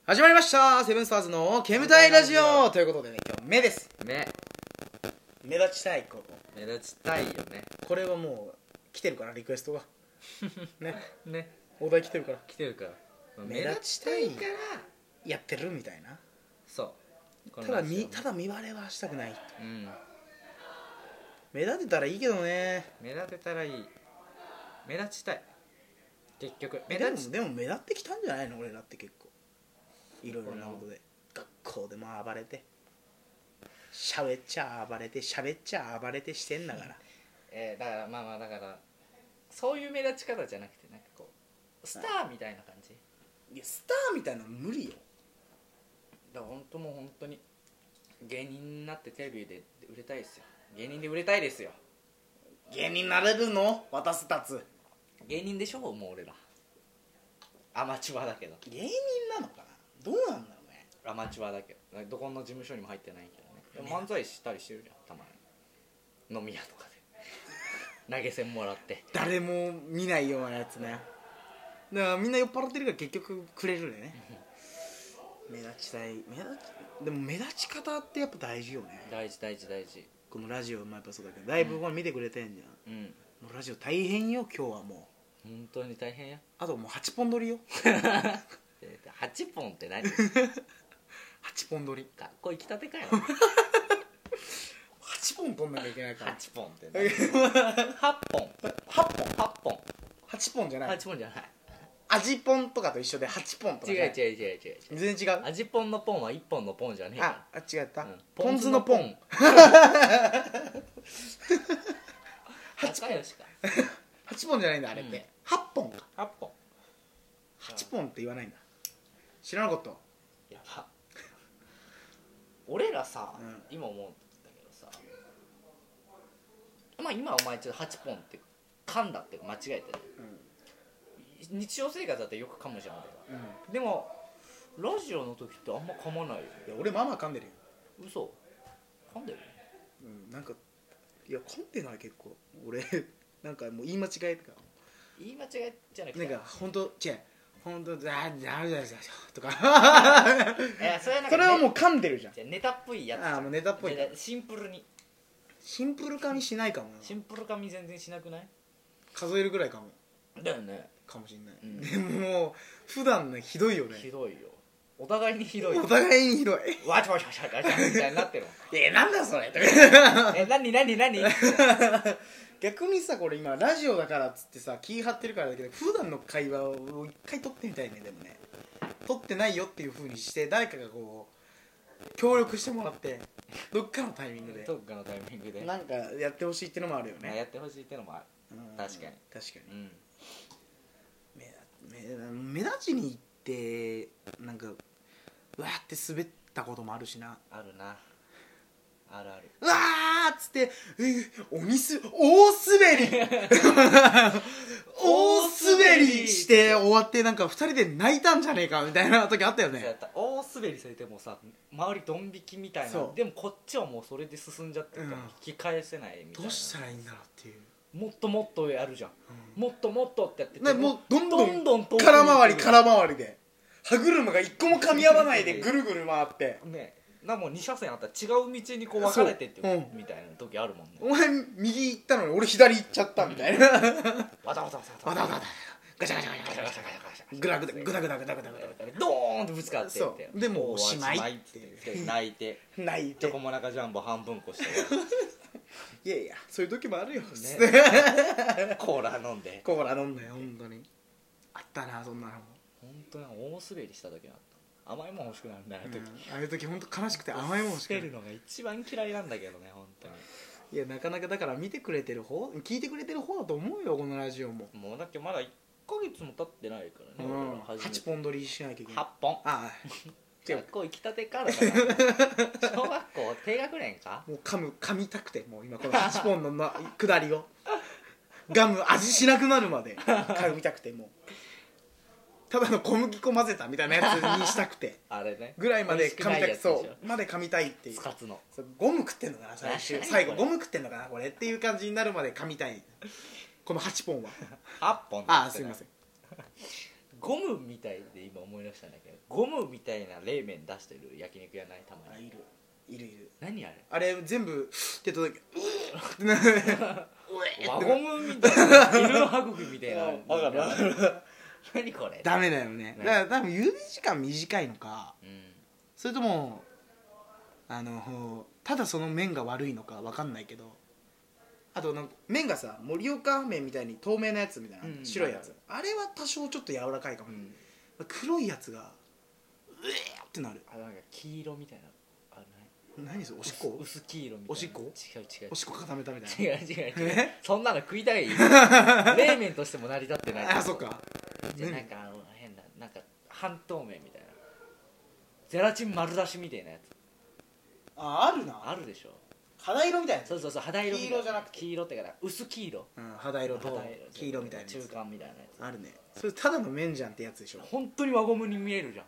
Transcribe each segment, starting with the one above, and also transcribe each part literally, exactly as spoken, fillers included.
始まりましたセブンスターズの煙たいラジオということでね、今日目です。 目目立ちたいこと。 目立ちたいよね。 これはもう来てるからリクエストがねねお題来てるから来てるから目立ちたいからやってるみたいな。 そうただみただ見バレはしたくない。 うん目立てたらいいけどね。 目立てたらいい。目立ちたい。結局目立ちでも目立ってきたんじゃないの俺らって結構いろいろなことで学校でも暴れてしゃべっちゃ暴れてしゃべっちゃ暴れてしてんだからえー、だからまあまあだからそういう目立ち方じゃなくてなんかこうスターみたいな感じ。 いやスターみたいなの無理よ。 だから本当もう本当に芸人になってテレビで売れたいですよ。芸人で売れたいですよ。 芸人になれるの私たち芸人でしょもう俺らアマチュアだけど。 芸人なのかなどうなんだろうね。 アマチュアだけどどこの事務所にも入ってないけどね。でも漫才したりしてるじゃんたまに飲み屋とかで投げ銭もらって誰も見ないようなやつね。だからみんな酔っ払ってるから結局くれるでね目立ちたい目立ちでも目立ち方ってやっぱ大事よね。 大事大事大事。 このラジオもやっぱそうだけどだいぶこれ見てくれてんじゃん、 うんもうラジオ大変よ今日はもう本当に大変や。 あともうはちポン撮りよはちポンって何はちポン撮りかっこいいきたてかよはちポン撮んなきゃいけないからはちポンって何はっぽんはっぽんはっぽんはちポンじゃないはちポンじゃない。 味ポンとかと一緒ではちポンとか違う違うう違う違う違う。 全然違う。 味ポンのポンはいっぽんのポンじゃねえか。 ああ違った、 うんポン酢のポン仲良しかはちポンじゃないんだあれって、 うん、 はっぽんか。 はっぽんはちポンって言わないんだ。知らなかった。 やば俺らさ、 うん、 今思うんだけどさまあ今お前ちょっとはちポンって噛んだって間違えてる、うん、日常生活だってよく噛むじゃん俺は、うん、でもラジオの時ってあんま噛まないよ。 いや俺まあまあ噛んでるよ。 嘘噛んでる、 うん、なんかいや噛んでない結構俺なんかもう言い間違えとか言い間違いじゃなくてなんか本当違う本当だだだだとかいやそれはなんか、ね、 それはもう噛んでるじゃん。 じゃネタっぽいやつ。 ああもうネタっぽい。 シンプルにシンプル噛みしないかもな。 シンプル噛み全然しなくない？ 数えるぐらいかも。 だよね。 かもしんない、 うん、 でももう普段ねひどいよね。 ひどいよ。お互いにひどい。 お互いにひどい。 わちゃわちゃわちゃわちゃみたいになってるもん。 えなんだそれえ何何何逆にさこれ今ラジオだからっつってさ気張ってるからだけど普段の会話を一回撮ってみたいね。でもね撮ってないよっていう風にして誰かがこう協力してもらってどっかのタイミングでどっかのタイミングでなんかやってほしいってのもあるよね。 やってほしいってのもある。確かに確かに、 うん、 目, 目, 目立ちに行ってなんかうわーって滑ったこともあるしな。 あるな。あるある。 うわーっつっておみす大滑り大滑りして終わってなんかふたりで泣いたんじゃねえかみたいな時あったよね。 大滑りされてもさ周りドン引きみたいな。でもこっちはもうそれで進んじゃってるから引き返せないみたいな、うん、 どうしたらいいんだろうっていう。 もっともっとやるじゃん、うん、もっともっとってやっててもうどんどんどん空回り空回りで歯車が一個も噛み合わないでぐるぐる回ってね。なもうに車線あったら違う道にこう分かれてって、うん、みたいな時あるもんね。 お前右行ったのに俺左行っちゃったみたいな、うん、わたわたわたわたわたガチャガチャガチャガチャガチャガチャグラグダグダグダグダグダグダドーンとぶつかってってでもうおしまいって泣いて泣いてチョコモナカジャンボ半分こしていやいやそういう時もあるよ、ね、 コーラ飲んでコーラ飲んだよ本当にあったなそんなのも本当に大滑りした時あった。甘いもん欲しくなるんだよああいう時、 うん、ああいう時本当悲しくて甘いもん欲しくなる。 捨てるのが一番嫌いなんだけどね本当に。 いやなかなかだから見てくれてる方聞いてくれてる方だと思うよこのラジオも。 もうだってまだいっかげつも経ってないからね、 うん、 俺ら初めてはちポン撮りしなきゃいけない。 はっぽん。 ああ学校行きたてからだから小学校低学年かもう噛む噛みたくてもう今このはちポンのな下りをガム味しなくなるまで噛みたくてもうただの小麦粉混ぜたみたいなやつにしたくてあれねぐらいまで噛みたくそうまで噛みたいっていうスカツのゴム食ってんのかな最終最後ゴム食ってんのかなこれっていう感じになるまで噛みたいこのはちポンははっぽんああすいませんゴムみたいで今思い出したんだけど、ゴムみたいな冷麺出してる焼肉屋ない？たまに。 あ、いるいるいる。 何あれ？ あれ全部ってとだけうー輪ゴムみたいな、犬の歯茎みたいな。 わかるわかる。 何これ？ ダメだよね。だから多分茹で時間短いのか、 うん、 それともあのただその麺が悪いのかわかんないけど、あとなんか麺がさ盛岡麺みたいに透明なやつみたいな、 うん、 白いやつ、あれは多少ちょっと柔らかいかも、うん、黒いやつがうえーってなる。 あ、なんか黄色みたいな、あ、 何それ、おしっこ薄黄色みたいな。 おしっこ？ 違う違う、 おしっこ固めたみたいな。違う違う違うそんなの食いたい冷麺としても成り立ってない。 あ、そっか。 じゃあなんかあの変な、なんか半透明みたいなゼラチン丸出しみたいなやつあ、あるな。 あるでしょ。 肌色みたいな。 そうそうそう、肌色みたいな。 黄色じゃなくて黄色ってから薄黄色、 うん、肌色と黄色みたいな中間みたいなやつあるね。それただの麺じゃんってやつでしょ。 本当に輪ゴムに見えるじゃん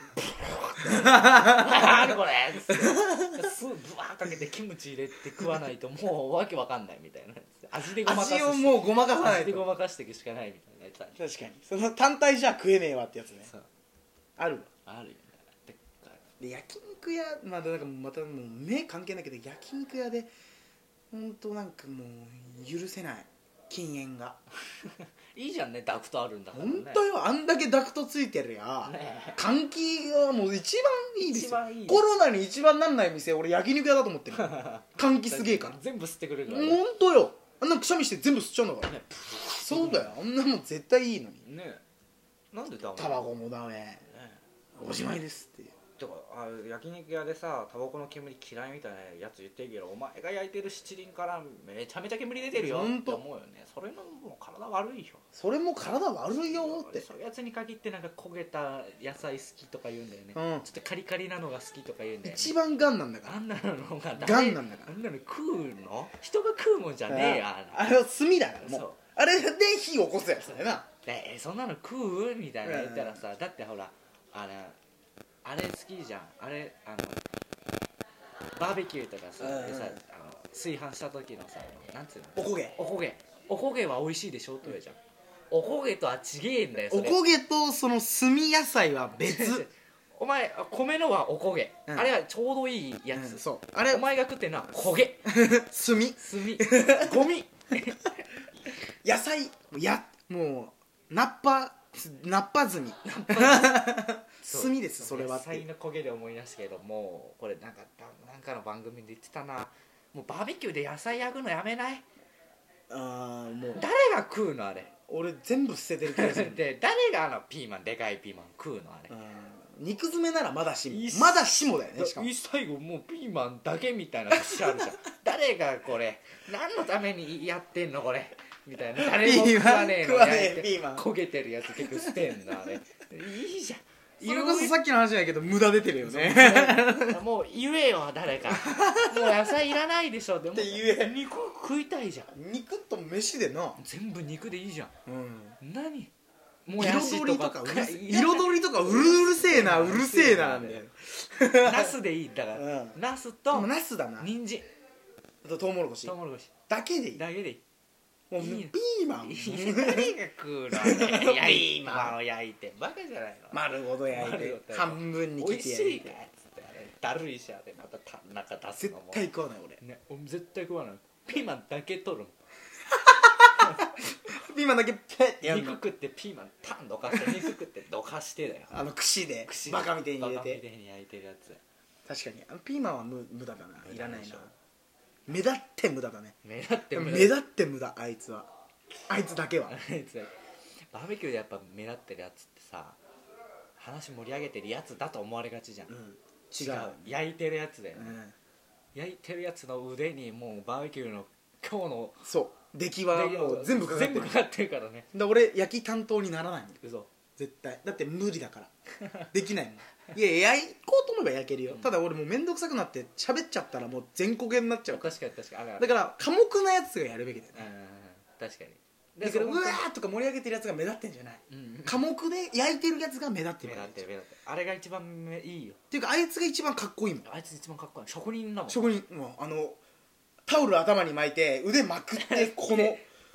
何これスープブワーかけてキムチ入れて食わないともうわけわかんないみたいなやつ。味でごまかす味をもうごまかさないと。 味でごまかしていくしかないみたいなやつある。 確かにその単体じゃ食えねえわってやつね。 そうあるわ。 あるよね。でっかいで焼肉屋、まあ、なんかまたもう目関係ないけど焼肉屋で本当なんかもう許せない禁煙がいいじゃんね、ダクトあるんだからね。 本当よ、あんだけダクトついてるや、 ね、 換気がもう一番いいですよ。 一番いい。 コロナに一番なんない店俺焼肉屋だと思ってる換気すげえから全部吸ってくれるから、ね、 本当よ。あんなくしゃみして全部吸っちゃうんだから、ね、そうだよ。あんなもん絶対いいのにね。なんでダメ？ タバコもダメ、 ね、 おしまいですって。 てかあ焼肉屋でさタバコの煙嫌いみたいなやつ言ってるけど、お前が焼いてる七輪からめちゃめちゃ煙出てるよって思うよね。それのもう体悪いよ。 それも体悪いよって。 そういうやつに限ってなんか焦げた野菜好きとか言うんだよね、 うん、 ちょっとカリカリなのが好きとか言うんだよね。 一番ガンなんだから。 あんなのがガンなんだから。 あんなの食うの？人が食うもんじゃねえや。 あれは炭だからもう。 そうあれで火起こすやつだよな。 えそんなの食うみたいな言ったらさ、だってほらあれあれ好きじゃん。あれあのバーベキューとかさ、でさあの炊飯した時のさ、なんつうの、 おこげおこげおこげは美味しいでしょって言うじゃん、おこげとは違えんだよそれ。 おこげとその炭野菜は別お前米のはおこげ、 うん、 あれはちょうどいいやつ、 うん、そうあれお前が食ってるのは焦げ炭炭ゴミ野菜やもうナッパナッパ炭炭ですそれはって。 野菜の焦げで思い出したけど、もうこれなんかなんかの番組で言ってたな、もうバーベキューで野菜焼くのやめない？ ああもう誰が食うのあれ。 俺全部捨ててる気がするで誰があのピーマンでかいピーマン食うのあれ。 肉詰めならまだしもまだしもだよね。しかも最後もうピーマンだけみたいな口あるじゃん誰がこれ何のためにやってんのこれみたいな。誰も食わねえの食わねえピーマン焦げてるやつ結局捨てんのあれ。いいじゃん。 それこそさっきの話じゃないけど無駄出てるよねもう言えよ誰かもう野菜いらないでしょ。でもって言え。 肉食いたいじゃん。 肉と飯でな全部肉でいいじゃん、 うん、 何もやしとか彩りとかうるうるせえなうるせえなみたいなナスでいいだから、うん、ナスとナスだな、 人参あとトウモロコシトウモロコシだけでいい。 だけでいい。 もうピーマン何が食うのいやピーマンを焼いてバカじゃないの。 丸ごと焼いて半分に切って美味しいかっつってあれだるいしあれまたた中出すのも絶対食わない俺、 ね、俺絶対食わない。ピーマンだけ取るもんピーマンだけペッてやるの。 肉食ってピーマンタンどかして肉食ってどかしてだよあの串で串バカみたいに入れバカみてたいに焼いてるやつ。 確かにあのピーマンは無無駄だないらないな。目立って無駄だね。 目立って無駄目立って無駄あいつはあいつだけはあいつバーベキューでやっぱ目立ってるやつってさ話盛り上げてるやつだと思われがちじゃん、うん、 違う焼いてるやつだよね、 うん、 焼いてるやつの腕にもうバーベキューの今日のそう出来はもう全部かかってる。 全部かかってるからね。 だ俺焼き担当にならないもん嘘絶対。だって無理だからできないもん。いやいや焼こうと思えば焼けるよ、うん、ただ俺もう面倒くさくなって喋っちゃったらもう全焦げになっちゃう。 確かに確かに。 だから寡黙なやつがやるべきだよね。 確かに。 だからうわーとか盛り上げてるやつが目立ってんじゃない、うん、寡黙で焼いてるやつが目立ってる。 目立ってる目立ってる。あれが一番いいよっていうかあいつが一番かっこいいもん。 あいつ一番かっこいい。職人だもん。 職人もうあのタオル頭に巻いて腕まくってこの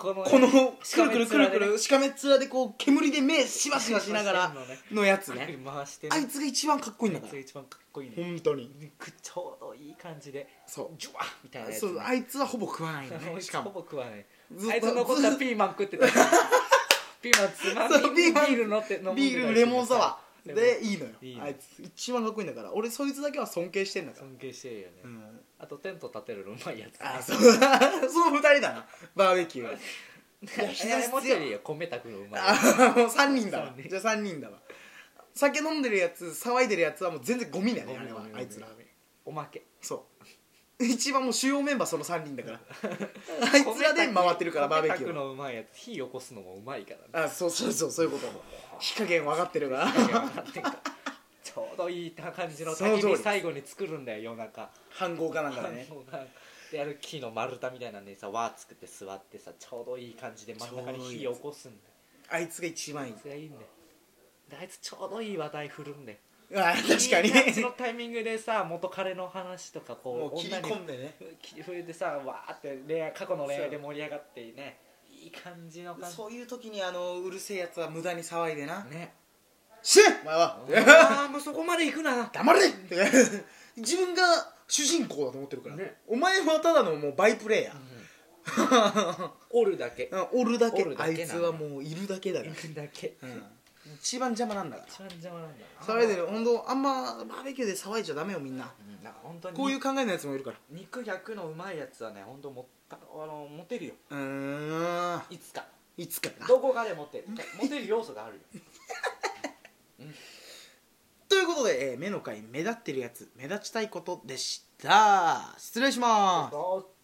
このこのくしかめるくるくるく面でねるしかめっ面でこう煙で目しばしばしながらのやつね回してねあいつが一番かっこいいんだからあいつが一番かっこいいね本当に肉ちょうどいい感じでそうジュワッみたいなやつ、ね、 そうあいつはほぼ食わないのあいつねしかもほぼ食わないずっとあいつ残ったピーマン食ってたピーマンつまみそうピーマンビールのって飲んでたりビールレモンサワーレモンでいいのよいいのあいつ一番かっこいいんだから俺そいつだけは尊敬してんだから尊敬してるよね、 うんあとテント立てるのうまいやつあそうその二人だなバーベキューいやいやもう一人いいよ米炊くのうまいやつあもうさんにんだわ三人じゃあさんにんだわ酒飲んでるやつ騒いでるやつはもう全然ゴミだよねあれはゴミゴミあいつらおまけそう一番もう主要メンバーそのさんにんだからあいつらで回ってるからバーベキ米炊くューはのうまいやつ火起こすのもうまいからねあそうそうそうそういうこと火加減分かってるから火加減分かってんからちょうどいい感じのその通り焚き火最後に作るんだよ夜中飯盒かなんかでねでやる木の丸太みたいなんでさ輪作って座ってさちょうどいい感じで真ん中に火起こすんだよあいつが一番いいあいつがいいんだよであいつちょうどいい話題振るんだよあ確かにいい感じのタイミングでさ元彼の話とかもこうう切り込んでねふいでさわーって恋愛過去の恋愛で盛り上がってねいい感じの感じそういう時にあのうるせえやつは無駄に騒いでなねしねお前はああもうそこまで行くな黙れって自分が主人公だと思ってるから、 ねお前はただのもうバイプレイヤー、 おるだけうんおるだけおるだけなのけなのあいつはもういるだけだから、 いるだけうん一番邪魔なんだか一番邪魔なんだら騒いでる本当あんまバーベキューで騒いじゃダメよみんなうんなんか本当にこういう考えのやつもいるから肉焼くのうまいやつはね本当もったあのモテるようーんいつかいつかなどこかでモテるモテる要素があるよということで、えー目の回目立ってるやつ目立ちたいことでした失礼しますそう